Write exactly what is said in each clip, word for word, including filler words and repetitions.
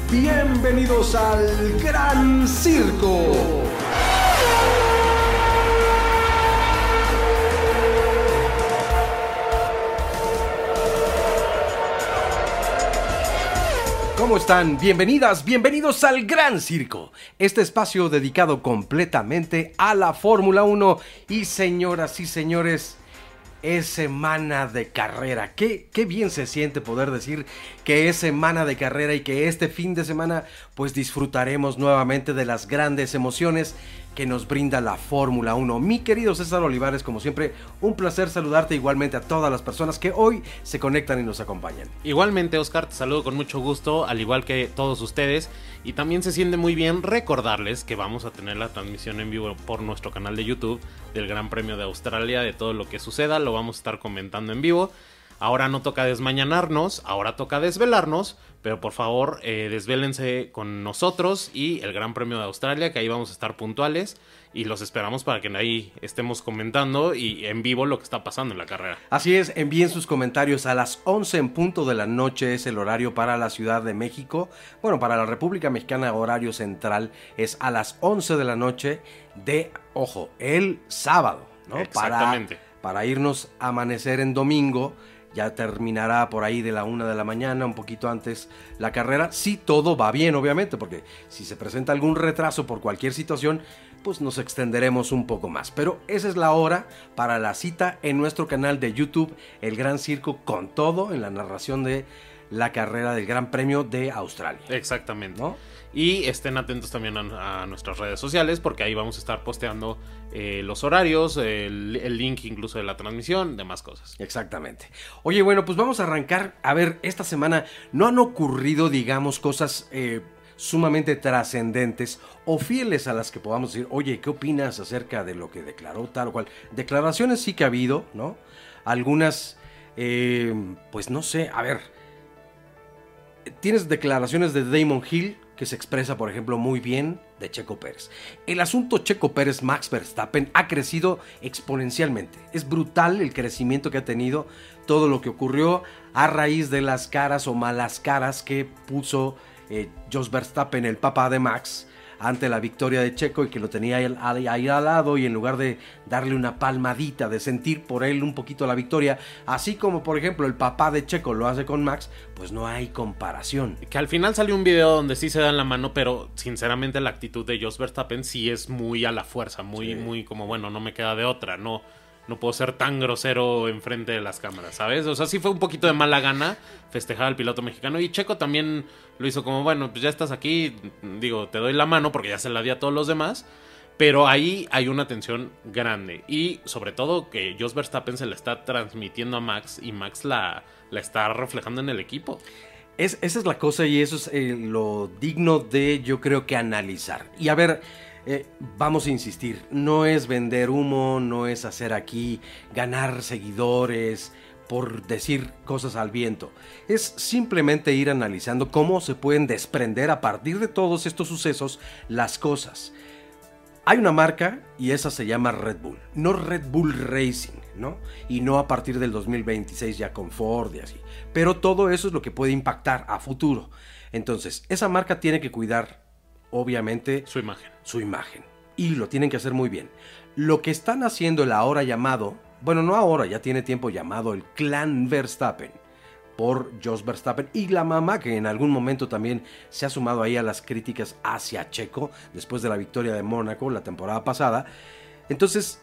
Bienvenidos al Gran Circo. ¿Cómo están? Bienvenidas, bienvenidos al Gran Circo, este espacio dedicado completamente a la Fórmula uno. Y señoras y señores, es semana de carrera. Qué, qué bien se siente poder decir que es semana de carrera y que este fin de semana pues disfrutaremos nuevamente de las grandes emociones que nos brinda la Fórmula uno. Mi querido César Olivares, como siempre, un placer saludarte, igualmente a todas las personas que hoy se conectan y nos acompañan. Igualmente, Oscar, te saludo con mucho gusto, al igual que todos ustedes, y también se siente muy bien recordarles que vamos a tener la transmisión en vivo por nuestro canal de YouTube del Gran Premio de Australia, de todo lo que suceda, lo vamos a estar comentando en vivo. Ahora no toca desmañanarnos, ahora toca desvelarnos, pero por favor eh, desvélense con nosotros y el Gran Premio de Australia, que ahí vamos a estar puntuales y los esperamos para que ahí estemos comentando y en vivo lo que está pasando en la carrera. Así es, envíen sus comentarios a las once en punto de la noche, es el horario para la Ciudad de México. Bueno, para la República Mexicana horario central es a las once de la noche de, ojo, el sábado, ¿no? Exactamente. Para, para irnos a amanecer en domingo. Ya terminará por ahí de la una de la mañana, un poquito antes la carrera. Si todo va bien, obviamente, porque si se presenta algún retraso por cualquier situación, pues nos extenderemos un poco más. Pero esa es la hora para la cita en nuestro canal de YouTube, El Gran Circo, con todo en la narración de la carrera del Gran Premio de Australia. Exactamente, ¿no? Y estén atentos también a, a nuestras redes sociales, porque ahí vamos a estar posteando eh, los horarios, el, el link incluso de la transmisión, demás cosas. Exactamente. Oye, bueno, pues vamos a arrancar. A ver, esta semana no han ocurrido, digamos, cosas eh, sumamente trascendentes o fieles a las que podamos decir, oye, ¿qué opinas acerca de lo que declaró tal o cual? Declaraciones sí que ha habido, ¿no? Algunas, eh, pues no sé, a ver, tienes declaraciones de Damon Hill, que se expresa, por ejemplo, muy bien de Checo Pérez. El asunto Checo Pérez-Max Verstappen ha crecido exponencialmente. Es brutal el crecimiento que ha tenido, todo lo que ocurrió a raíz de las caras o malas caras que puso eh, Jos Verstappen, el papá de Max, ante la victoria de Checo, y que lo tenía ahí, ahí, ahí al lado, y en lugar de darle una palmadita, de sentir por él un poquito la victoria, así como por ejemplo el papá de Checo lo hace con Max, pues no hay comparación. Que al final salió un video donde sí se dan la mano, pero sinceramente la actitud de Jos Verstappen sí es muy a la fuerza, muy, sí. muy como bueno, no me queda de otra, no... No puedo ser tan grosero enfrente de las cámaras, ¿sabes? O sea, sí fue un poquito de mala gana festejar al piloto mexicano. Y Checo también lo hizo como, bueno, pues ya estás aquí, digo, te doy la mano porque ya se la di a todos los demás. Pero ahí hay una tensión grande. Y sobre todo que Jos Verstappen se la está transmitiendo a Max y Max la, la está reflejando en el equipo. Es, esa es la cosa, y eso es eh, lo digno de, yo creo, que analizar. Y a ver... Eh, vamos a insistir, no es vender humo, no es hacer aquí ganar seguidores por decir cosas al viento. Es simplemente ir analizando cómo se pueden desprender a partir de todos estos sucesos las cosas. Hay una marca y esa se llama Red Bull, no Red Bull Racing, ¿no? Y no a partir del dos mil veintiséis ya con Ford y así. Pero todo eso es lo que puede impactar a futuro. Entonces, esa marca tiene que cuidar, obviamente, su imagen. Su imagen. Y lo tienen que hacer muy bien. Lo que están haciendo el ahora llamado, bueno, no ahora, ya tiene tiempo llamado el Clan Verstappen, por Jos Verstappen y la mamá, que en algún momento también se ha sumado ahí a las críticas hacia Checo, después de la victoria de Mónaco la temporada pasada. Entonces,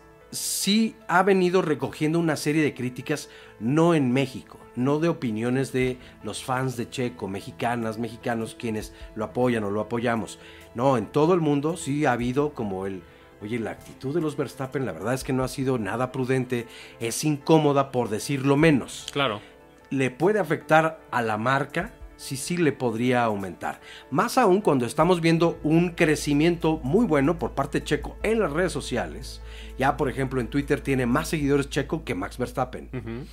sí ha venido recogiendo una serie de críticas, no en México, no de opiniones de los fans de Checo, mexicanas, mexicanos, quienes lo apoyan o lo apoyamos. No, en todo el mundo sí ha habido como el, oye, la actitud de los Verstappen, la verdad es que no ha sido nada prudente, es incómoda por decirlo menos. Claro. ¿Le puede afectar a la marca? Sí, sí le podría aumentar. Más aún cuando estamos viendo un crecimiento muy bueno por parte de Checo en las redes sociales. Ya, por ejemplo, en Twitter tiene más seguidores Checo que Max Verstappen. Uh-huh.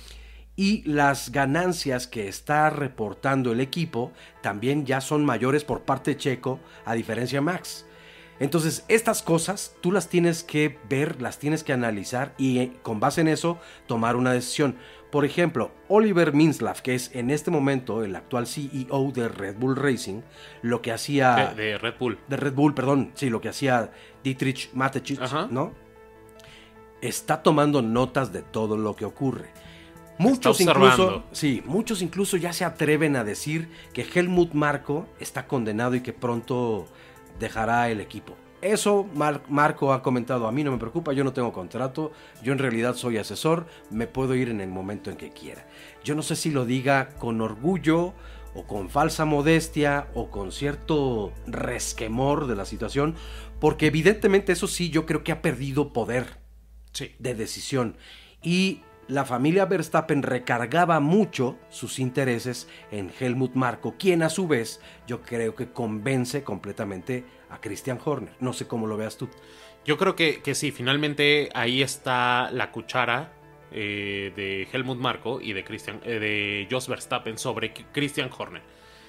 Y las ganancias que está reportando el equipo también ya son mayores por parte de Checo, a diferencia de Max. Entonces, estas cosas tú las tienes que ver, las tienes que analizar y con base en eso tomar una decisión. Por ejemplo, Oliver Minzlaff, que es en este momento el actual C E O de Red Bull Racing, lo que hacía... De, de Red Bull. De Red Bull, perdón, sí, lo que hacía Dietrich Mateschitz, ¿no? Está tomando notas de todo lo que ocurre. Muchos incluso, sí, muchos incluso ya se atreven a decir que Helmut Marko está condenado y que pronto dejará el equipo. Eso Mar- Marko ha comentado, a mí no me preocupa, yo no tengo contrato, yo en realidad soy asesor, me puedo ir en el momento en que quiera. Yo no sé si lo diga con orgullo o con falsa modestia o con cierto resquemor de la situación, porque evidentemente eso sí, yo creo que ha perdido poder sí. de decisión. Y la familia Verstappen recargaba mucho sus intereses en Helmut Marko, quien a su vez yo creo que convence completamente a Christian Horner. No sé cómo lo veas tú. Yo creo que, que sí, finalmente ahí está la cuchara eh, de Helmut Marko y de, Christian, eh, de Jos Verstappen sobre Christian Horner.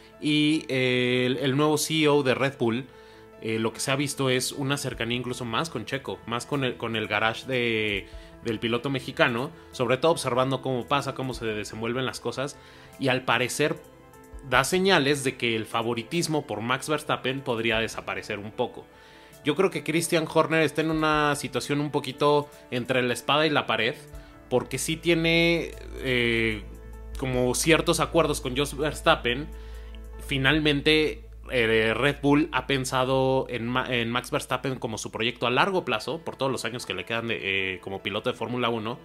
Y eh, el, el nuevo C E O de Red Bull, eh, lo que se ha visto es una cercanía incluso más con Checo, más con el, con el garage de... del piloto mexicano, sobre todo observando cómo pasa, cómo se desenvuelven las cosas, y al parecer da señales de que el favoritismo por Max Verstappen podría desaparecer un poco. Yo creo que Christian Horner está en una situación un poquito entre la espada y la pared, porque sí tiene eh, como ciertos acuerdos con Jos Verstappen. Finalmente Eh, Red Bull ha pensado en, Ma- en Max Verstappen como su proyecto a largo plazo, por todos los años que le quedan de, eh, como piloto de Fórmula uno,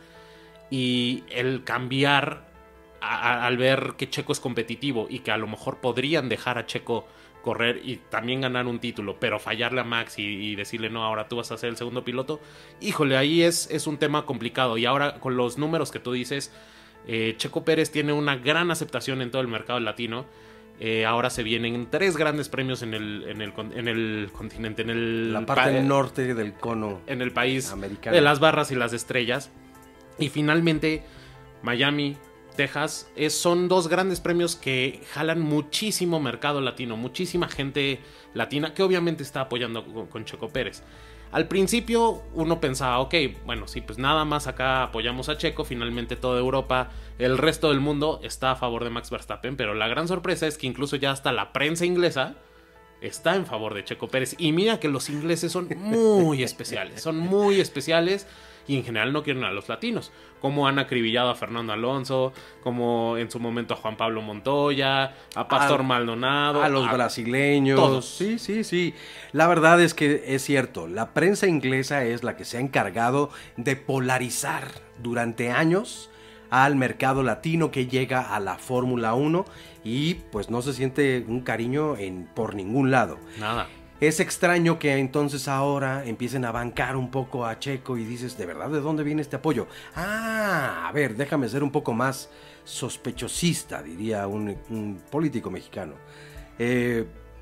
y el cambiar a, a, al ver que Checo es competitivo y que a lo mejor podrían dejar a Checo correr y también ganar un título, pero fallarle a Max y, y decirle no, ahora tú vas a ser el segundo piloto, híjole, ahí es, es un tema complicado. Y ahora con los números que tú dices, eh, Checo Pérez tiene una gran aceptación en todo el mercado latino. Eh, ahora se vienen tres grandes premios en el, en el, en el continente, en el la parte pa- norte del cono en el país americano, de las barras y las estrellas. Y finalmente Miami, Texas, es, son dos grandes premios que jalan muchísimo mercado latino, muchísima gente latina que obviamente está apoyando con, con Checo Pérez. Al principio uno pensaba, ok, bueno, sí, pues nada más acá apoyamos a Checo, finalmente toda Europa, el resto del mundo está a favor de Max Verstappen, pero la gran sorpresa es que incluso ya hasta la prensa inglesa está en favor de Checo Pérez. Y mira que los ingleses son muy especiales, son muy especiales y en general no quieren a los latinos. Como han acribillado a Fernando Alonso, como en su momento a Juan Pablo Montoya, a Pastor a, Maldonado. A los a brasileños. Todos. Sí, sí, sí. La verdad es que es cierto, la prensa inglesa es la que se ha encargado de polarizar durante años al mercado latino que llega a la Fórmula uno y pues no se siente un cariño en, por ningún lado. Nada. Es extraño que entonces ahora empiecen a bancar un poco a Checo y dices, ¿de verdad de dónde viene este apoyo? Ah, a ver, déjame ser un poco más sospechosista, diría un, un político mexicano. Eh,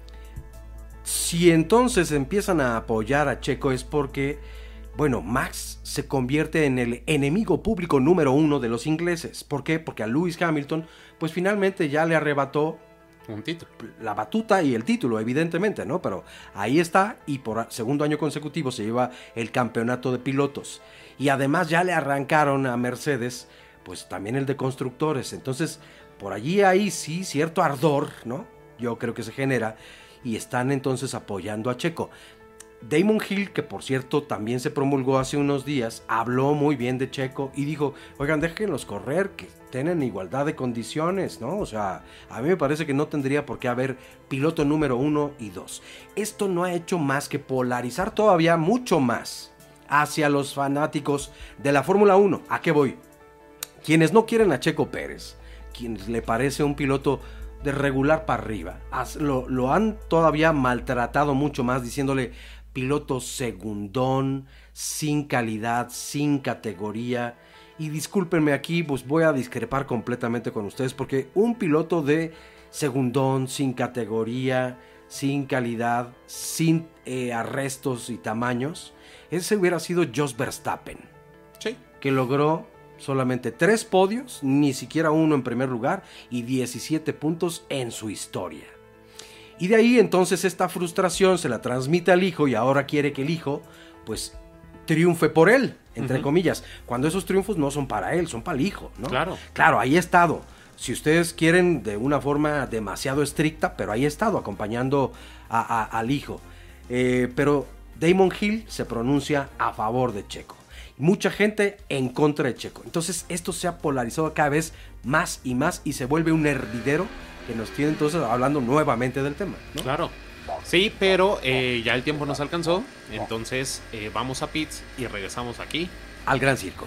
si entonces empiezan a apoyar a Checo es porque, bueno, Max se convierte en el enemigo público número uno de los ingleses. ¿Por qué? Porque a Lewis Hamilton, pues finalmente ya le arrebató un título, la batuta y el título, evidentemente, ¿no? Pero ahí está y por segundo año consecutivo se lleva el campeonato de pilotos. Y además ya le arrancaron a Mercedes, pues también el de constructores. Entonces, por allí hay sí cierto ardor, ¿no? Yo creo que se genera y están entonces apoyando a Checo. Damon Hill, que por cierto también se promulgó hace unos días, habló muy bien de Checo y dijo, oigan, déjenlos correr, que tienen igualdad de condiciones, ¿no? O sea, a mí me parece que no tendría por qué haber piloto número uno y dos. Esto no ha hecho más que polarizar todavía mucho más hacia los fanáticos de la Fórmula uno. ¿A qué voy? Quienes no quieren a Checo Pérez, quienes le parece un piloto de regular para arriba, lo, lo han todavía maltratado mucho más diciéndole piloto segundón, sin calidad, sin categoría. Y discúlpenme aquí, pues voy a discrepar completamente con ustedes, porque un piloto de segundón, sin categoría, sin calidad, sin eh, arrestos y tamaños, ese hubiera sido Jos Verstappen, sí, que logró solamente tres podios, ni siquiera uno en primer lugar, y diecisiete puntos en su historia. Y de ahí entonces esta frustración se la transmite al hijo y ahora quiere que el hijo pues triunfe por él, entre uh-huh. comillas, cuando esos triunfos no son para él, son para el hijo, ¿no? Claro. Claro, ahí ha estado. Si ustedes quieren, de una forma demasiado estricta, pero ahí ha estado acompañando a, a, al hijo. Eh, pero Damon Hill se pronuncia a favor de Checo. Mucha gente en contra de Checo. Entonces esto se ha polarizado cada vez más y más y se vuelve un hervidero que nos tiene entonces hablando nuevamente del tema, ¿no? Claro. Sí, pero eh, ya el tiempo nos alcanzó. Entonces eh, vamos a pits y regresamos aquí al Gran Circo.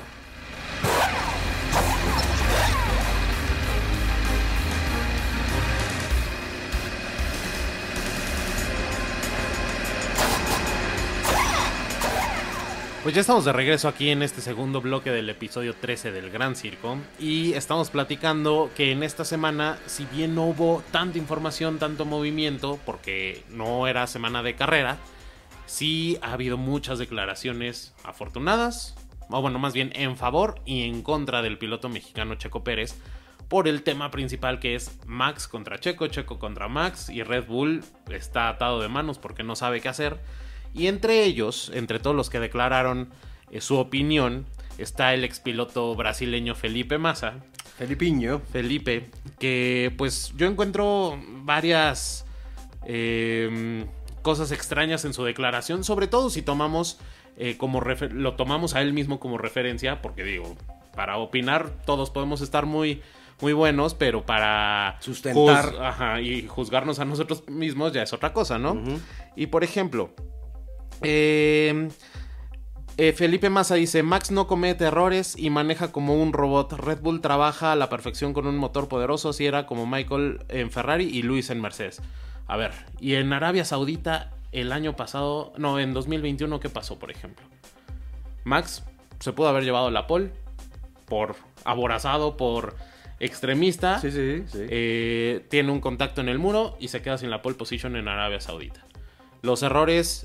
Pues ya estamos de regreso aquí en este segundo bloque del episodio trece del Gran Circo y estamos platicando que en esta semana, si bien no hubo tanta información, tanto movimiento, porque no era semana de carrera, sí ha habido muchas declaraciones afortunadas, o bueno, más bien en favor y en contra del piloto mexicano Checo Pérez, por el tema principal que es Max contra Checo, Checo contra Max, y Red Bull está atado de manos porque no sabe qué hacer. Y entre ellos, entre todos los que declararon eh, su opinión, está el expiloto brasileño Felipe Massa. Felipiño. Felipe, que pues yo encuentro varias eh, cosas extrañas en su declaración, sobre todo si tomamos eh, como refer- lo tomamos a él mismo como referencia, porque digo, para opinar todos podemos estar muy... muy buenos, pero para sustentar juz- ajá, y juzgarnos a nosotros mismos ya es otra cosa, ¿no? Uh-huh. Y por ejemplo, eh, eh, Felipe Massa dice: Max no comete errores y maneja como un robot. Red Bull trabaja a la perfección con un motor poderoso, si era como Michael en Ferrari y Luis en Mercedes. A ver, y en Arabia Saudita el año pasado, no, en dos mil veintiuno, ¿qué pasó, por ejemplo? Max se pudo haber llevado la pole por aborazado, por extremista, sí, sí, sí. Eh, tiene un contacto en el muro y se queda sin la pole position en Arabia Saudita. Los errores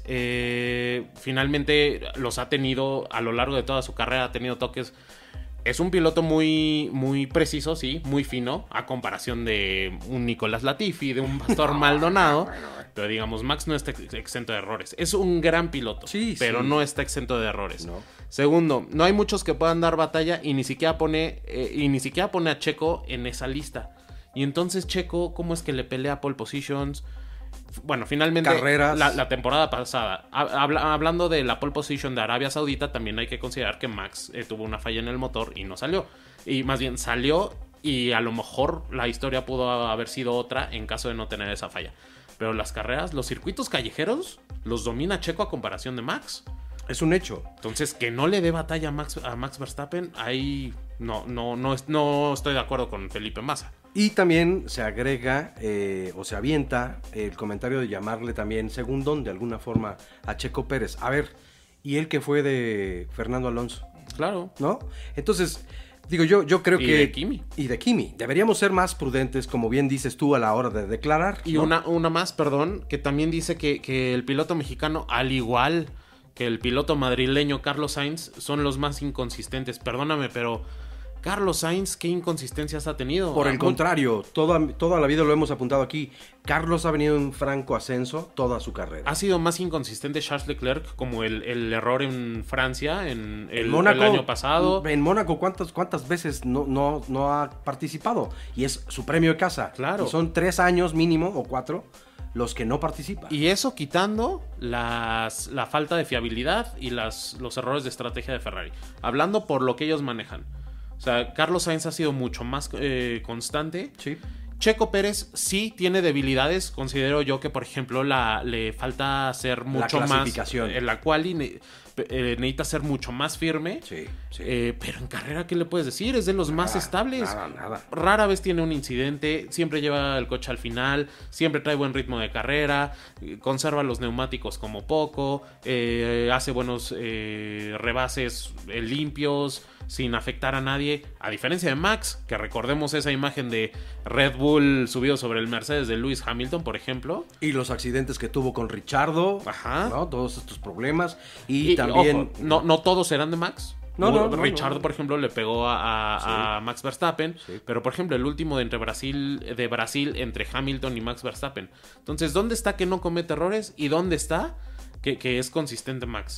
eh, finalmente los ha tenido a lo largo de toda su carrera, ha tenido toques. Es un piloto muy, muy preciso, sí, muy fino, a comparación de un Nicolás Latifi, de un Pastor Maldonado. Pero digamos, Max no está exento de errores. Es un gran piloto, sí, pero sí. no está exento de errores. No. Segundo, no hay muchos que puedan dar batalla y ni siquiera pone, eh, y ni siquiera pone a Checo en esa lista. Y entonces Checo, ¿cómo es que le pelea pole positions? Bueno, finalmente carreras. La, la temporada pasada, habla, hablando de la pole position de Arabia Saudita, también hay que considerar que Max eh, tuvo una falla en el motor y no salió. Y más bien salió y a lo mejor la historia pudo haber sido otra en caso de no tener esa falla. Pero las carreras, los circuitos callejeros, los domina Checo a comparación de Max. Es un hecho. Entonces, que no le dé batalla a Max, a Max Verstappen, ahí no, no, no, no estoy de acuerdo con Felipe Massa. Y también se agrega eh, o se avienta el comentario de llamarle también segundón de alguna forma a Checo Pérez. A ver, ¿y él que fue de Fernando Alonso? Claro. ¿No? Entonces, digo yo, yo creo y que... Y de Kimi. Y de Kimi. Deberíamos ser más prudentes, como bien dices tú, a la hora de declarar. Y ¿no? una, una más, perdón, que también dice que, que el piloto mexicano, al igual que el piloto madrileño Carlos Sainz, son los más inconsistentes. Perdóname, pero... Carlos Sainz, ¿qué inconsistencias ha tenido? Por el contrario, toda, toda la vida lo hemos apuntado aquí. Carlos ha venido en franco ascenso toda su carrera. Ha sido más inconsistente Charles Leclerc, como el, el error en Francia en el, en Mónaco, el año pasado. En Mónaco, ¿cuántas, cuántas veces no, no, no ha participado? Y es su premio de casa. Claro. Y son tres años mínimo, o cuatro, los que no participan. Y eso quitando las, la falta de fiabilidad y las, los errores de estrategia de Ferrari. Hablando por lo que ellos manejan. O sea, Carlos Sainz ha sido mucho más eh, constante. Sí. Checo Pérez sí tiene debilidades. Considero yo que, por ejemplo, la, le falta ser mucho la más. En la quali ne, eh, necesita ser mucho más firme. Sí, sí. Eh, pero en carrera, ¿qué le puedes decir? Es de los nada, más estables. Nada, nada. Rara vez tiene un incidente. Siempre lleva el coche al final. Siempre trae buen ritmo de carrera. Conserva los neumáticos como poco. Eh, hace buenos eh, rebases eh, limpios, sin afectar a nadie, a diferencia de Max, que recordemos esa imagen de Red Bull subido sobre el Mercedes de Lewis Hamilton, por ejemplo. Y los accidentes que tuvo con Richardo. Ajá. ¿No? Todos estos problemas. Y, y también... Ojo, no, no todos serán de Max. No, no, no, Richardo, no. por ejemplo, le pegó a, a, sí. a Max Verstappen. Sí. Pero, por ejemplo, el último de entre Brasil, de Brasil entre Hamilton y Max Verstappen. Entonces, ¿dónde está que no comete errores? ¿Y dónde está que, que es consistente Max?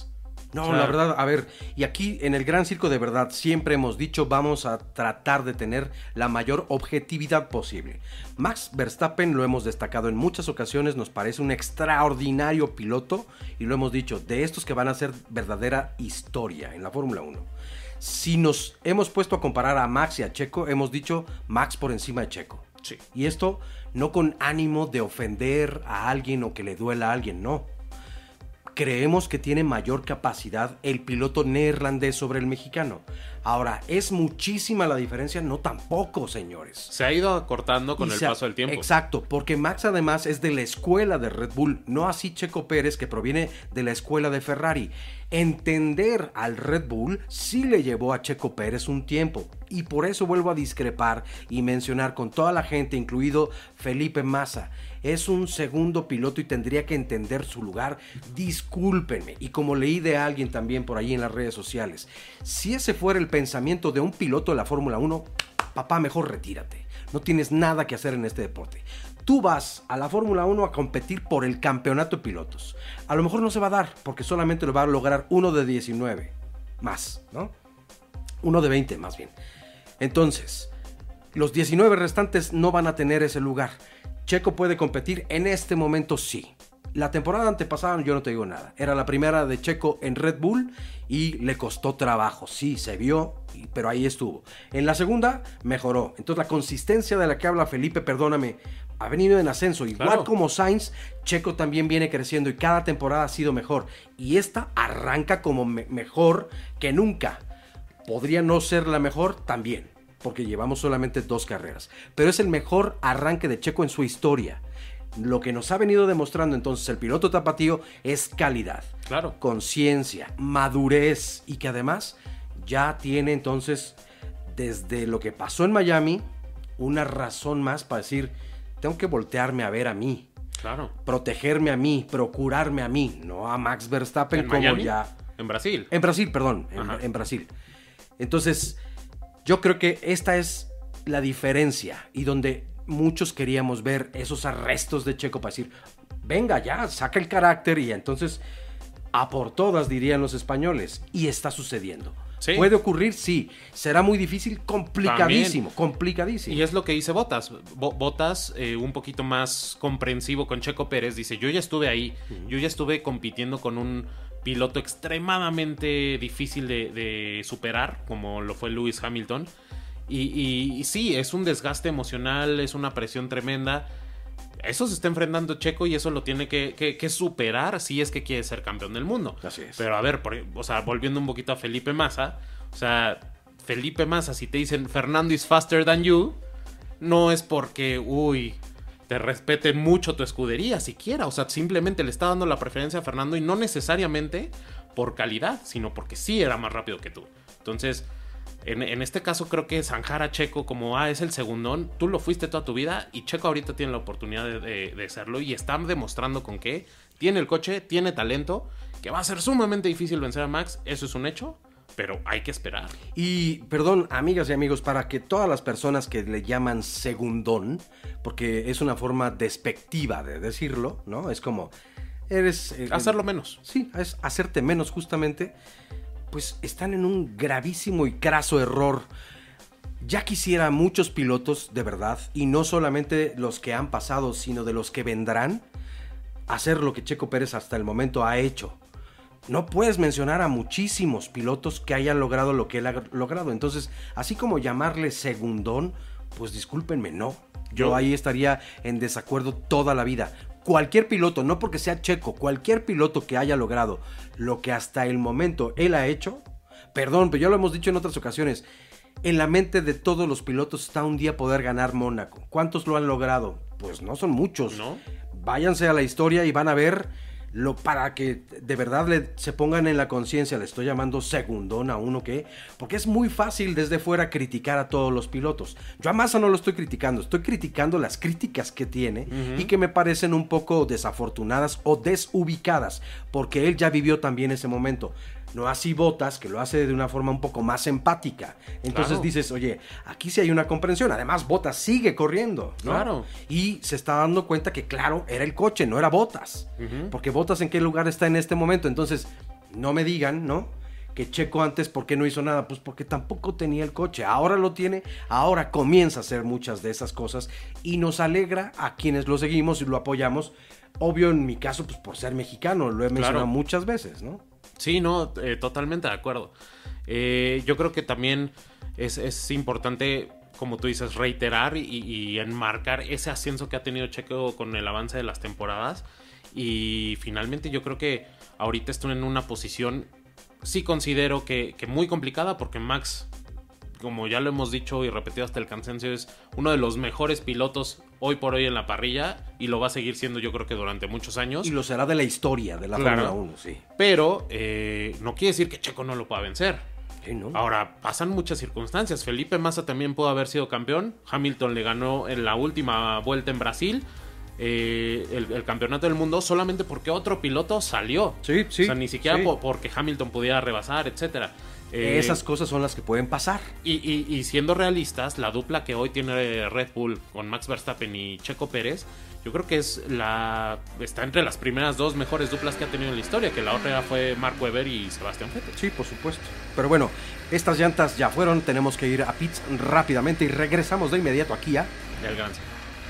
No, O sea, la verdad, a ver, y aquí en el Gran Circo de verdad siempre hemos dicho vamos a tratar de tener la mayor objetividad posible. Max Verstappen, lo hemos destacado en muchas ocasiones, nos parece un extraordinario piloto y lo hemos dicho, de estos que van a ser verdadera historia en la Fórmula uno. Si nos hemos puesto a comparar a Max y a Checo, hemos dicho Max por encima de Checo. Sí. Y esto no con ánimo de ofender a alguien o que le duela a alguien, no. Creemos que tiene mayor capacidad el piloto neerlandés sobre el mexicano. Ahora, ¿es muchísima la diferencia? No, tampoco, señores. Se ha ido acortando con Y el se ha- paso del tiempo. Exacto, porque Max además es de la escuela de Red Bull, no así Checo Pérez, que proviene de la escuela de Ferrari. Entender al Red Bull sí le llevó a Checo Pérez un tiempo, y por eso vuelvo a discrepar y mencionar con toda la gente, incluido Felipe Massa. Es un segundo piloto y tendría que entender su lugar. Discúlpenme, y como leí de alguien también por ahí en las redes sociales, si ese fuera el pensamiento de un piloto de la Fórmula uno, papá, mejor retírate. No tienes nada que hacer en este deporte. Tú vas a la Fórmula uno a competir por el campeonato de pilotos. A lo mejor no se va a dar, porque solamente lo va a lograr uno de diecinueve. Más, ¿no? Uno de veinte, más bien. Entonces, los diecinueve restantes no van a tener ese lugar. Checo puede competir en este momento, sí. La temporada antepasada yo no te digo nada. Era la primera de Checo en Red Bull y le costó trabajo. Sí, se vio, pero ahí estuvo. En la segunda mejoró. Entonces la consistencia de la que habla Felipe, perdóname, ha venido en ascenso. Igual Claro. como Sainz, Checo también viene creciendo y cada temporada ha sido mejor. Y esta arranca como me- mejor que nunca. Podría no ser la mejor también, porque llevamos solamente dos carreras. Pero es el mejor arranque de Checo en su historia. Lo que nos ha venido demostrando entonces el piloto tapatío es calidad, Claro. conciencia, madurez y que además ya tiene entonces, desde lo que pasó en Miami, una razón más para decir, tengo que voltearme a ver a mí, Claro. protegerme a mí, procurarme a mí, no a Max Verstappen ¿En como Miami? ya... En Brasil. En Brasil, perdón, en, Ajá. en Brasil. Entonces, yo creo que esta es la diferencia y donde muchos queríamos ver esos arrestos de Checo para decir, venga ya, saca el carácter y entonces a por todas dirían los españoles y está sucediendo. Sí. ¿Puede ocurrir? Sí. ¿Será muy difícil? Complicadísimo, complicadísimo. Y es lo que dice Bottas. Bo- Bottas, eh, un poquito más comprensivo con Checo Pérez, dice, yo ya estuve ahí, uh-huh. yo ya estuve compitiendo con un piloto extremadamente difícil de, de superar, como lo fue Lewis Hamilton. Y, y, y sí, es un desgaste emocional, es una presión tremenda. Eso se está enfrentando Checo y eso lo tiene que, que, que superar si es que quiere ser campeón del mundo. Así es. Pero a ver, por, o sea, volviendo un poquito a Felipe Massa, o sea, Felipe Massa, si te dicen Fernando is faster than you, no es porque, uy, te respeten mucho tu escudería siquiera. O sea, simplemente le está dando la preferencia a Fernando y no necesariamente por calidad, sino porque sí era más rápido que tú. Entonces, En, en este caso creo que zanjar a Checo como, ah, es el segundón, tú lo fuiste toda tu vida y Checo ahorita tiene la oportunidad de, de, de serlo y está demostrando con que tiene el coche, tiene talento, que va a ser sumamente difícil vencer a Max, eso es un hecho, pero hay que esperar. Y, perdón, amigas y amigos, para que todas las personas que le llaman segundón, porque es una forma despectiva de decirlo, ¿no? Es como, eres... Eh, Hacerlo menos. Sí, es hacerte menos justamente... pues están en un gravísimo y craso error. Ya quisiera muchos pilotos, de verdad, y no solamente los que han pasado, sino de los que vendrán, hacer lo que Checo Pérez hasta el momento ha hecho. No puedes mencionar a muchísimos pilotos que hayan logrado lo que él ha logrado. Entonces, así como llamarle segundón, pues discúlpenme, no. Yo ahí estaría en desacuerdo toda la vida. Cualquier piloto, no porque sea Checo, cualquier piloto que haya logrado lo que hasta el momento él ha hecho, perdón, pero ya lo hemos dicho en otras ocasiones, en la mente de todos los pilotos está un día poder ganar Mónaco. ¿Cuántos lo han logrado? Pues no son muchos. ¿No? Váyanse a la historia y van a ver lo para que de verdad le, se pongan en la conciencia. Le estoy llamando segundón a uno que, porque es muy fácil desde fuera criticar a todos los pilotos. Yo a Massa no lo estoy criticando, estoy criticando las críticas que tiene uh-huh. y que me parecen un poco desafortunadas o desubicadas, porque él ya vivió también ese momento. No así Bottas, que lo hace de una forma un poco más empática. Entonces claro. dices, oye, aquí sí hay una comprensión. Además, Bottas sigue corriendo, ¿no? Claro. Y se está dando cuenta que, claro, era el coche, no era Bottas. Uh-huh. Porque Bottas, ¿en qué lugar está en este momento? Entonces, no me digan, ¿no? Que Checo antes, ¿por qué no hizo nada? Pues porque tampoco tenía el coche. Ahora lo tiene, ahora comienza a hacer muchas de esas cosas y nos alegra a quienes lo seguimos y lo apoyamos. Obvio, en mi caso, pues por ser mexicano, lo he mencionado claro. muchas veces, ¿no? Sí, no, eh, totalmente de acuerdo. Eh, yo creo que también es, es importante, como tú dices, reiterar y, y enmarcar ese ascenso que ha tenido Checo con el avance de las temporadas. Y finalmente yo creo que ahorita está en una posición, sí considero que, que muy complicada, porque Max, como ya lo hemos dicho y repetido hasta el cansancio, es uno de los mejores pilotos hoy por hoy en la parrilla y lo va a seguir siendo, yo creo que durante muchos años. Y lo será de la historia de la claro. Fórmula uno, sí. Pero eh, no quiere decir que Checo no lo pueda vencer. Sí, ¿no? Ahora, pasan muchas circunstancias. Felipe Massa también pudo haber sido campeón. Hamilton le ganó en la última vuelta en Brasil eh, el, el campeonato del mundo solamente porque otro piloto salió. Sí, sí. O sea, ni siquiera sí. po- porque Hamilton pudiera rebasar, etcétera. Eh, Esas cosas son las que pueden pasar. Y, y, y siendo realistas, la dupla que hoy tiene Red Bull con Max Verstappen y Checo Pérez, yo creo que es la está entre las primeras dos mejores duplas que ha tenido en la historia, que la otra fue Mark Webber y Sebastián Vettel. Sí, por supuesto. Pero bueno, estas llantas ya fueron, tenemos que ir a pits rápidamente y regresamos de inmediato aquí a El Gran Circo.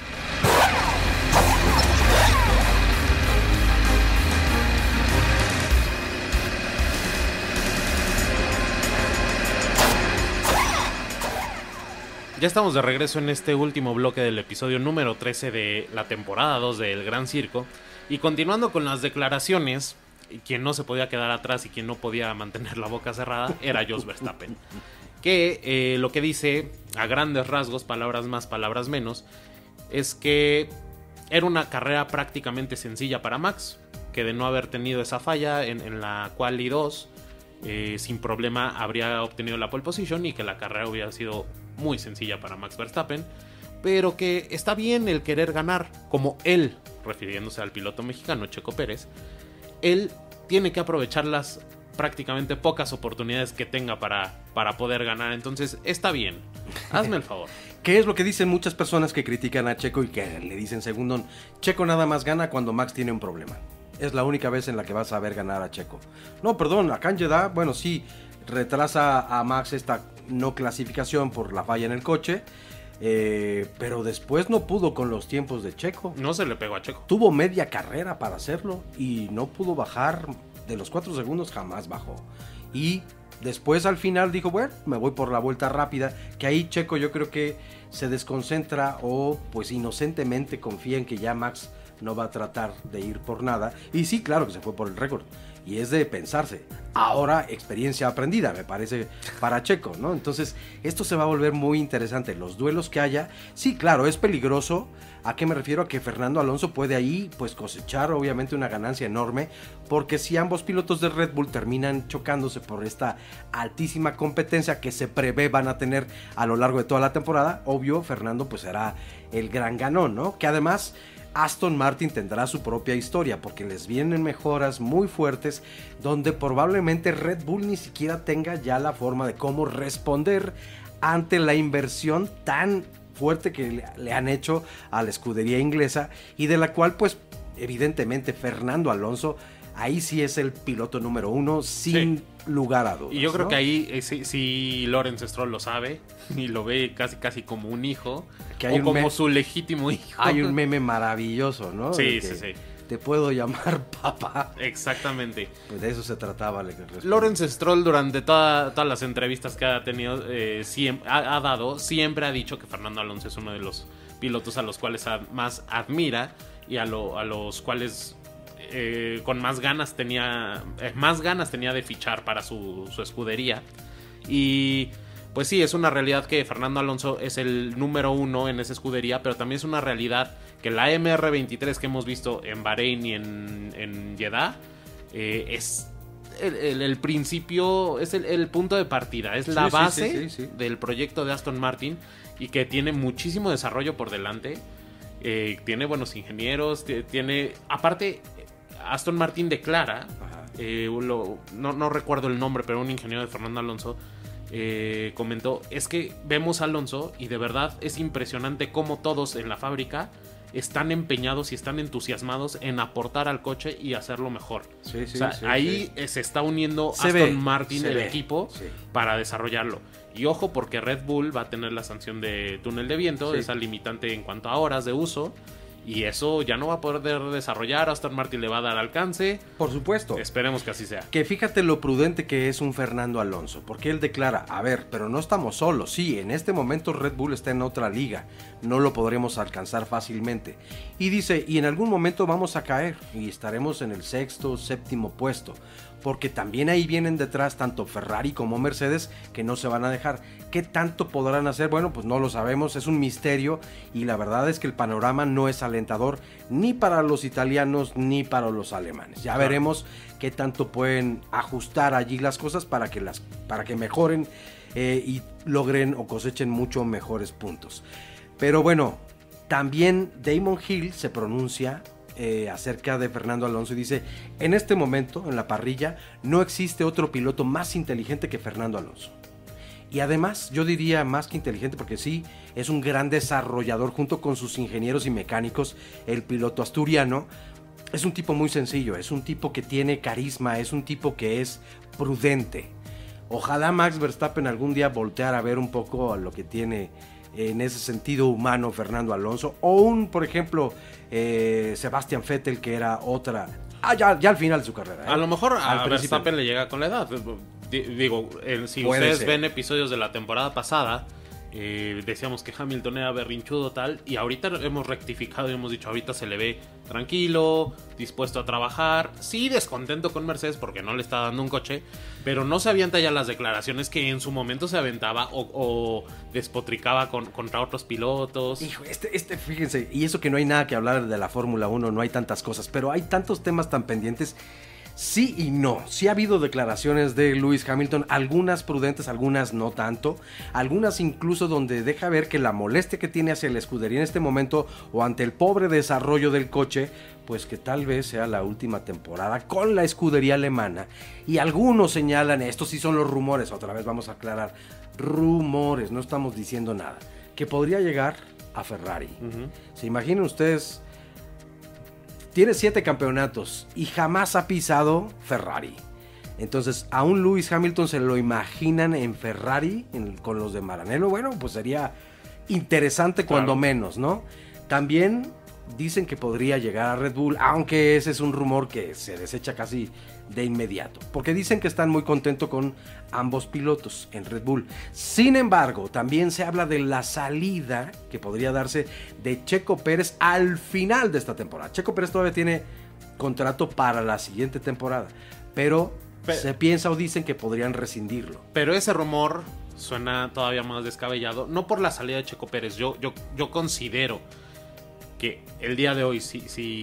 Ya estamos de regreso en este último bloque del episodio número trece de la temporada dos del Gran Circo. Y continuando con las declaraciones, quien no se podía quedar atrás y quien no podía mantener la boca cerrada era Jos Verstappen. Que eh, lo que dice, a grandes rasgos, palabras más, palabras menos, es que era una carrera prácticamente sencilla para Max, que de no haber tenido esa falla en, en la quali dos, eh, sin problema habría obtenido la pole position y que la carrera hubiera sido muy sencilla para Max Verstappen, pero que está bien el querer ganar, como él, refiriéndose al piloto mexicano Checo Pérez, él tiene que aprovechar las prácticamente pocas oportunidades que tenga para, para poder ganar, entonces está bien, hazme el favor. ¿Qué es lo que dicen muchas personas que critican a Checo y que le dicen segundón? Checo nada más gana cuando Max tiene un problema. Es la única vez en la que vas a ver ganar a Checo. No, perdón, acá en Jeddah, bueno, sí, retrasa a Max esta no clasificación por la falla en el coche, eh, pero después no pudo con los tiempos de Checo. No se le pegó a Checo. Tuvo media carrera para hacerlo y no pudo bajar. De los cuatro segundos jamás bajó. Y después al final dijo, bueno, me voy por la vuelta rápida, que ahí Checo yo creo que se desconcentra o pues inocentemente confía en que ya Max no va a tratar de ir por nada. Y sí, claro que se fue por el récord. Y es de pensarse. Ahora, experiencia aprendida, me parece, para Checo, ¿no? Entonces, esto se va a volver muy interesante. Los duelos que haya, sí, claro, es peligroso. ¿A qué me refiero? A que Fernando Alonso puede ahí, pues, cosechar, obviamente, una ganancia enorme. Porque si ambos pilotos de Red Bull terminan chocándose por esta altísima competencia que se prevé van a tener a lo largo de toda la temporada, obvio, Fernando, pues, será el gran ganón, ¿no? Que además Aston Martin tendrá su propia historia porque les vienen mejoras muy fuertes donde probablemente Red Bull ni siquiera tenga ya la forma de cómo responder ante la inversión tan fuerte que le han hecho a la escudería inglesa y de la cual pues evidentemente Fernando Alonso ahí sí es el piloto número uno sin sí. lugar a dudas. Y yo creo ¿no? que ahí eh, sí, sí Lawrence Stroll lo sabe y lo ve casi casi como un hijo que hay o un como me- su legítimo hijo. Hay un meme maravilloso, ¿no? Sí, sí, sí. Te puedo llamar papá. Exactamente. Pues de eso se trataba. Lawrence Stroll durante toda, todas las entrevistas que ha tenido, eh, siempre, ha, ha dado, siempre ha dicho que Fernando Alonso es uno de los pilotos a los cuales a, más admira y a, lo, a los cuales eh, con más ganas tenía, eh, más ganas tenía de fichar para su, su escudería. Y pues sí, es una realidad que Fernando Alonso es el número uno en esa escudería, pero también es una realidad que la M R veintitrés que hemos visto en Bahrein y en, en Jeddah eh, es el, el, el principio, es el, el punto de partida, es sí, la sí, base sí, sí, sí. del proyecto de Aston Martin y que tiene muchísimo desarrollo por delante. Eh, tiene buenos ingenieros, t- tiene... Aparte, Aston Martin declara, eh, lo, no, no recuerdo el nombre, pero un ingeniero de Fernando Alonso eh, comentó, es que vemos a Alonso y de verdad es impresionante cómo todos en la fábrica están empeñados y están entusiasmados en aportar al coche y hacerlo mejor. Sí, sí, o sea, sí, ahí sí. se está uniendo Se Aston ve, Martin, se el ve, equipo, sí. para desarrollarlo. Y ojo, porque Red Bull va a tener la sanción de túnel de viento, Sí. esa limitante en cuanto a horas de uso. Y eso ya no va a poder desarrollar. Aston Martin le va a dar alcance. Por supuesto. Esperemos que así sea. Que fíjate lo prudente que es un Fernando Alonso, porque él declara, a ver, pero no estamos solos, sí, en este momento Red Bull está en otra liga, no lo podremos alcanzar fácilmente. Y dice, y en algún momento vamos a caer y estaremos en el sexto, séptimo puesto, porque también ahí vienen detrás tanto Ferrari como Mercedes que no se van a dejar. ¿Qué tanto podrán hacer? Bueno, pues no lo sabemos, es un misterio y la verdad es que el panorama no es alentador ni para los italianos ni para los alemanes. Ya Claro. veremos qué tanto pueden ajustar allí las cosas para que, las, para que mejoren eh, y logren o cosechen mucho mejores puntos. Pero bueno, también Damon Hill se pronuncia eh, acerca de Fernando Alonso y dice, en este momento en la parrilla no existe otro piloto más inteligente que Fernando Alonso. Y además, yo diría más que inteligente, porque sí, es un gran desarrollador junto con sus ingenieros y mecánicos, el piloto asturiano. Es un tipo muy sencillo, es un tipo que tiene carisma, es un tipo que es prudente. Ojalá Max Verstappen algún día volteara a ver un poco a lo que tiene en ese sentido humano Fernando Alonso. O un, por ejemplo, eh, Sebastian Vettel, que era otra... Ah, ya, ya al final de su carrera. ¿eh? A lo mejor a Al principio. Verstappen le llega con la edad. D- Digo, el- si Puede ustedes ser. ven episodios de la temporada pasada, eh, decíamos que Hamilton era berrinchudo tal, y ahorita hemos rectificado y hemos dicho, ahorita se le ve tranquilo, dispuesto a trabajar, sí descontento con Mercedes porque no le está dando un coche, pero no se avienta ya las declaraciones que en su momento se aventaba o, o despotricaba con, contra otros pilotos. Hijo, este, este, fíjense, y eso que no hay nada que hablar de la Fórmula uno, no hay tantas cosas, pero hay tantos temas tan pendientes. Sí y no, sí ha habido declaraciones de Lewis Hamilton, algunas prudentes, algunas no tanto, algunas incluso donde deja ver que la molestia que tiene hacia la escudería en este momento o ante el pobre desarrollo del coche, pues que tal vez sea la última temporada con la escudería alemana. Y algunos señalan, estos sí son los rumores, otra vez vamos a aclarar, rumores, no estamos diciendo nada, que podría llegar a Ferrari. Uh-huh. ¿Se imaginan ustedes? Tiene siete campeonatos y jamás ha pisado Ferrari. Entonces, a un Lewis Hamilton se lo imaginan en Ferrari, en, con los de Maranello. Bueno, pues sería interesante cuando Claro. menos, ¿no? También dicen que podría llegar a Red Bull, aunque ese es un rumor que se desecha casi de inmediato. Porque dicen que están muy contentos con ambos pilotos en Red Bull. Sin embargo, también se habla de la salida que podría darse de Checo Pérez al final de esta temporada. Checo Pérez todavía tiene contrato para la siguiente temporada, pero Pe- se piensa o dicen que podrían rescindirlo. Pero ese rumor suena todavía más descabellado, no por la salida de Checo Pérez. Yo, yo, yo considero que el día de hoy, si,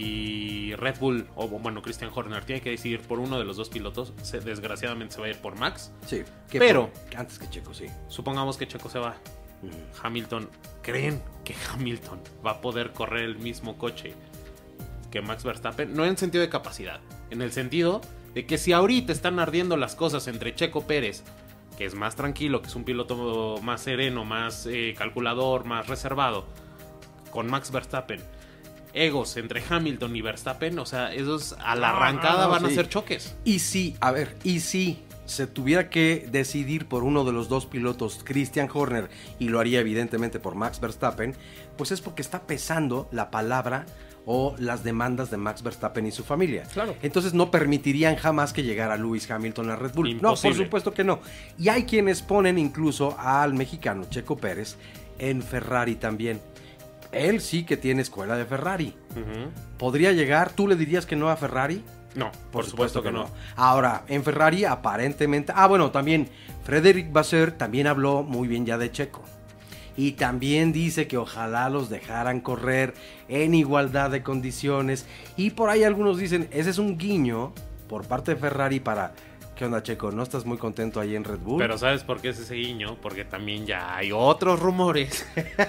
si Red Bull o bueno, Christian Horner tiene que decidir por uno de los dos pilotos, se, desgraciadamente se va a ir por Max. Sí, que Pero- por- antes que Checo, sí. Supongamos que Checo se va. Ujú. Hamilton, ¿creen que Hamilton va a poder correr el mismo coche que Max Verstappen? No en sentido de capacidad, en el sentido de que si ahorita están ardiendo las cosas entre Checo Pérez, que es más tranquilo, que es un piloto más sereno, más eh, calculador, más reservado, con Max Verstappen, egos entre Hamilton y Verstappen, o sea, esos a la No, arrancada no, no, van a sí. ser choques. Y si, a ver, y si se tuviera que decidir por uno de los dos pilotos, Christian Horner, y lo haría evidentemente por Max Verstappen, pues es porque está pesando la palabra o las demandas de Max Verstappen y su familia. Claro. Entonces no permitirían jamás que llegara Lewis Hamilton a Red Bull. Imposible. No, por supuesto que no. Y hay quienes ponen incluso al mexicano Checo Pérez en Ferrari también. Él sí que tiene escuela de Ferrari. Ujú. ¿Podría llegar? ¿Tú le dirías que no a Ferrari? No, por, supuesto, que no. Ahora, en Ferrari aparentemente... Ah, bueno, también Frédéric Vasseur también habló muy bien ya de Checo. Y también dice que ojalá los dejaran correr en igualdad de condiciones. Y por ahí algunos dicen, ese es un guiño por parte de Ferrari para... ¿Qué onda, Checo? ¿No estás muy contento ahí en Red Bull? Pero ¿sabes por qué es ese guiño? Porque también ya hay otros rumores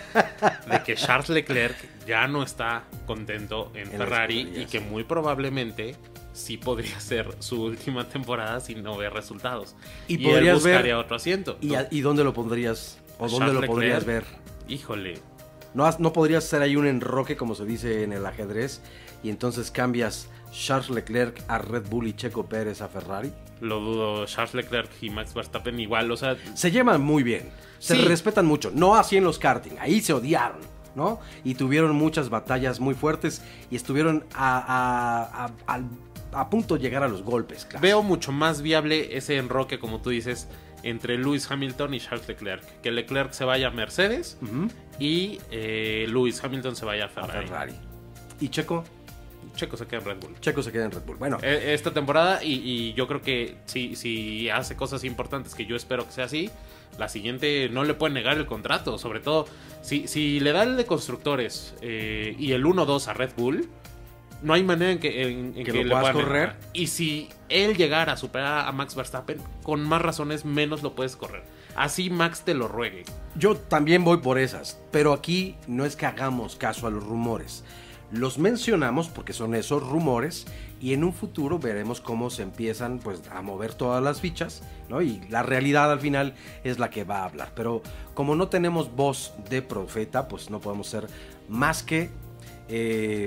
de que Charles Leclerc ya no está contento en, En la Ferrari escudería, y que sí. muy probablemente sí podría ser su última temporada si no ve resultados. Y Y, él podrías ver- buscaría otro asiento. ¿Y, a- y dónde lo pondrías? ¿O A dónde lo Charles podrías ver? Leclerc, híjole, No, has- no podrías hacer ahí un enroque, como se dice en el ajedrez, y entonces cambias Charles Leclerc a Red Bull y Checo Pérez a Ferrari. Lo dudo, Charles Leclerc y Max Verstappen igual, o sea, Se llevan muy bien, se Sí. respetan mucho, no así en los karting, ahí se odiaron, ¿no? Y tuvieron muchas batallas muy fuertes y estuvieron a, a, a, a, a punto de llegar a los golpes, claro. veo mucho más viable ese enroque, como tú dices, entre Lewis Hamilton y Charles Leclerc. Que Leclerc se vaya a Mercedes Ujú, y eh, Lewis Hamilton se vaya a a Ferrari. Ferrari. ¿Y Checo? Checo se queda en Red Bull. Checo se queda en Red Bull. Bueno, Eh, Esta temporada, y, y yo creo que si, si hace cosas importantes, que yo espero que sea así, la siguiente no le pueden negar el contrato. Sobre todo, si, si le da el de constructores eh, y el uno dos a Red Bull, no hay manera en que, en, en Que que lo le puedas puedan correr. negar. Y si él llegara a superar a Max Verstappen, con más razones menos lo puedes correr. Así Max te lo ruegue. yo también voy por esas, pero aquí no es que hagamos caso a los rumores. Los mencionamos porque son esos rumores y en un futuro veremos cómo se empiezan pues a mover todas las fichas, ¿no? Y la realidad al final es la que va a hablar. Pero como no tenemos voz de profeta, pues no podemos ser más que eh,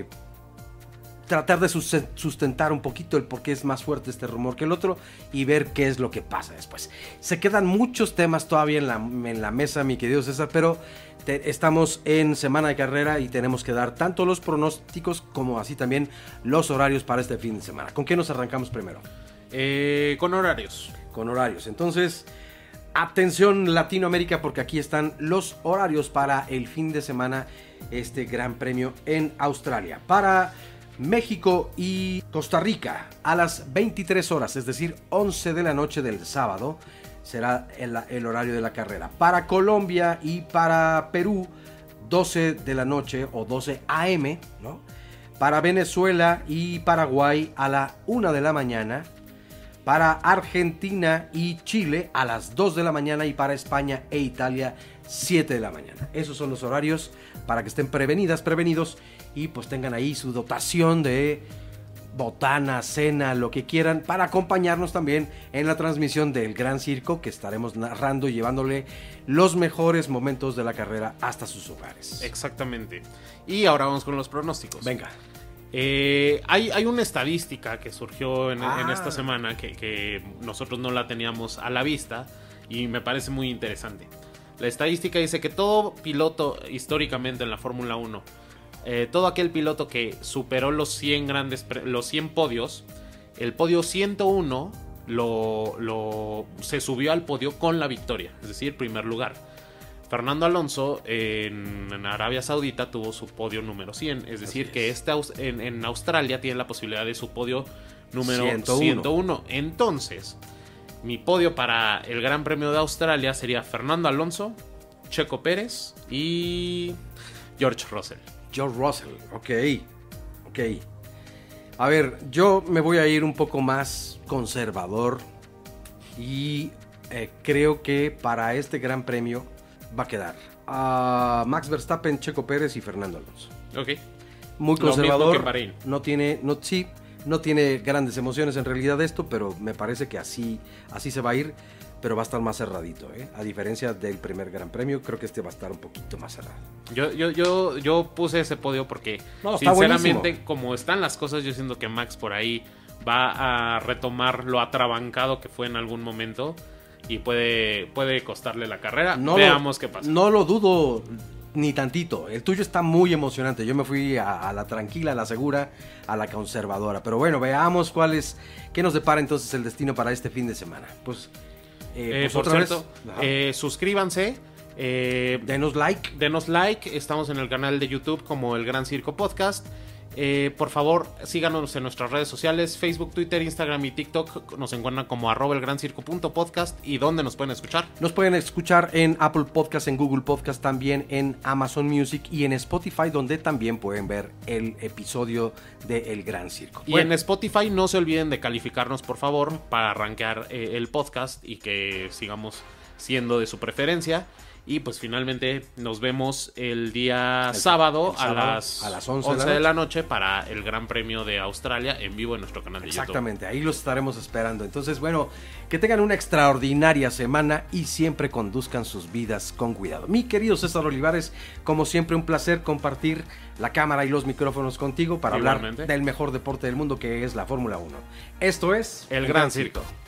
tratar de sus- sustentar un poquito el por qué es más fuerte este rumor que el otro y ver qué es lo que pasa después. Se quedan muchos temas todavía en la, en la mesa, mi querido César, pero te- estamos en semana de carrera y tenemos que dar tanto los pronósticos como así también los horarios para este fin de semana. ¿Con qué nos arrancamos primero? Eh, con horarios. Con horarios. Entonces, atención Latinoamérica, porque aquí están los horarios para el fin de semana, este gran premio en Australia. Para México y Costa Rica, a las veintitrés horas, es decir, once de la noche del sábado, será el, el horario de la carrera. Para Colombia y para Perú, doce de la noche o doce a eme, ¿no? Para Venezuela y Paraguay a la una de la mañana. Para Argentina y Chile a las dos de la mañana y para España e Italia siete de la mañana. Esos son los horarios para que estén prevenidas, prevenidos y pues tengan ahí su dotación de botana, cena, lo que quieran para acompañarnos también en la transmisión del Gran Circo que estaremos narrando y llevándole los mejores momentos de la carrera hasta sus hogares. Exactamente. Y ahora vamos con los pronósticos. Venga. Eh, hay, hay una estadística que surgió en, Ah. en esta semana que, que nosotros no la teníamos a la vista y me parece muy interesante. La estadística dice que todo piloto históricamente en la Fórmula uno, eh, todo aquel piloto que superó los cien grandes, pre- los cien podios, el podio ciento uno lo, lo, se subió al podio con la victoria, es decir, primer lugar. Fernando Alonso en, en Arabia Saudita tuvo su podio número cien, es decir, Así que es. este, aus- en, en Australia tiene la posibilidad de su podio número ciento uno. ciento uno. Entonces, mi podio para el Gran Premio de Australia sería Fernando Alonso, Checo Pérez y George Russell. George Russell, ok, ok. A ver, yo me voy a ir un poco más conservador y eh, creo que para este gran premio va a quedar a Max Verstappen, Checo Pérez y Fernando Alonso. Ok. Muy Lo mismo conservador, que en Bahrein. no tiene, no, sí, no tiene grandes emociones en realidad esto, pero me parece que así, así se va a ir, pero va a estar más cerradito, ¿eh? A diferencia del primer gran premio, creo que este va a estar un poquito más cerrado. Yo, yo, yo, yo puse ese podio porque, No, está sinceramente, buenísimo. como están las cosas, yo siento que Max por ahí va a retomar lo atrabancado que fue en algún momento y puede, puede costarle la carrera. No Veamos lo, qué pasa. No lo dudo ni tantito. El tuyo está muy emocionante. Yo me fui a, a la tranquila, a la segura, a la conservadora. Pero bueno, veamos cuál es, qué nos depara entonces el destino para este fin de semana. Pues, eh, Eh, pues por otra cierto, vez, ajá. eh, suscríbanse. Eh, Denos like. Denos like, estamos en el canal de YouTube como El Gran Circo Podcast. Eh, por favor, síganos en nuestras redes sociales, Facebook, Twitter, Instagram y TikTok. Nos encuentran como arroba elgrancirco.podcast. ¿Y dónde nos pueden escuchar? Nos pueden escuchar en Apple Podcast, en Google Podcast, también en Amazon Music y en Spotify, donde también pueden ver el episodio de El Gran Circo. Y Bueno, en Spotify no se olviden de calificarnos, por favor, para arranquear eh, el podcast y que sigamos siendo de su preferencia. Y pues finalmente nos vemos el día el, sábado, el sábado a las, a las once, once de, la de la noche para el Gran Premio de Australia en vivo en nuestro canal de Exactamente, YouTube. Ahí los estaremos esperando. Entonces, bueno, que tengan una extraordinaria semana y siempre conduzcan sus vidas con cuidado. Mi querido César Olivares, como siempre un placer compartir la cámara y los micrófonos contigo para Igualmente. hablar del mejor deporte del mundo que es la Fórmula uno. Esto es El, el Gran, Gran Circo. Circo.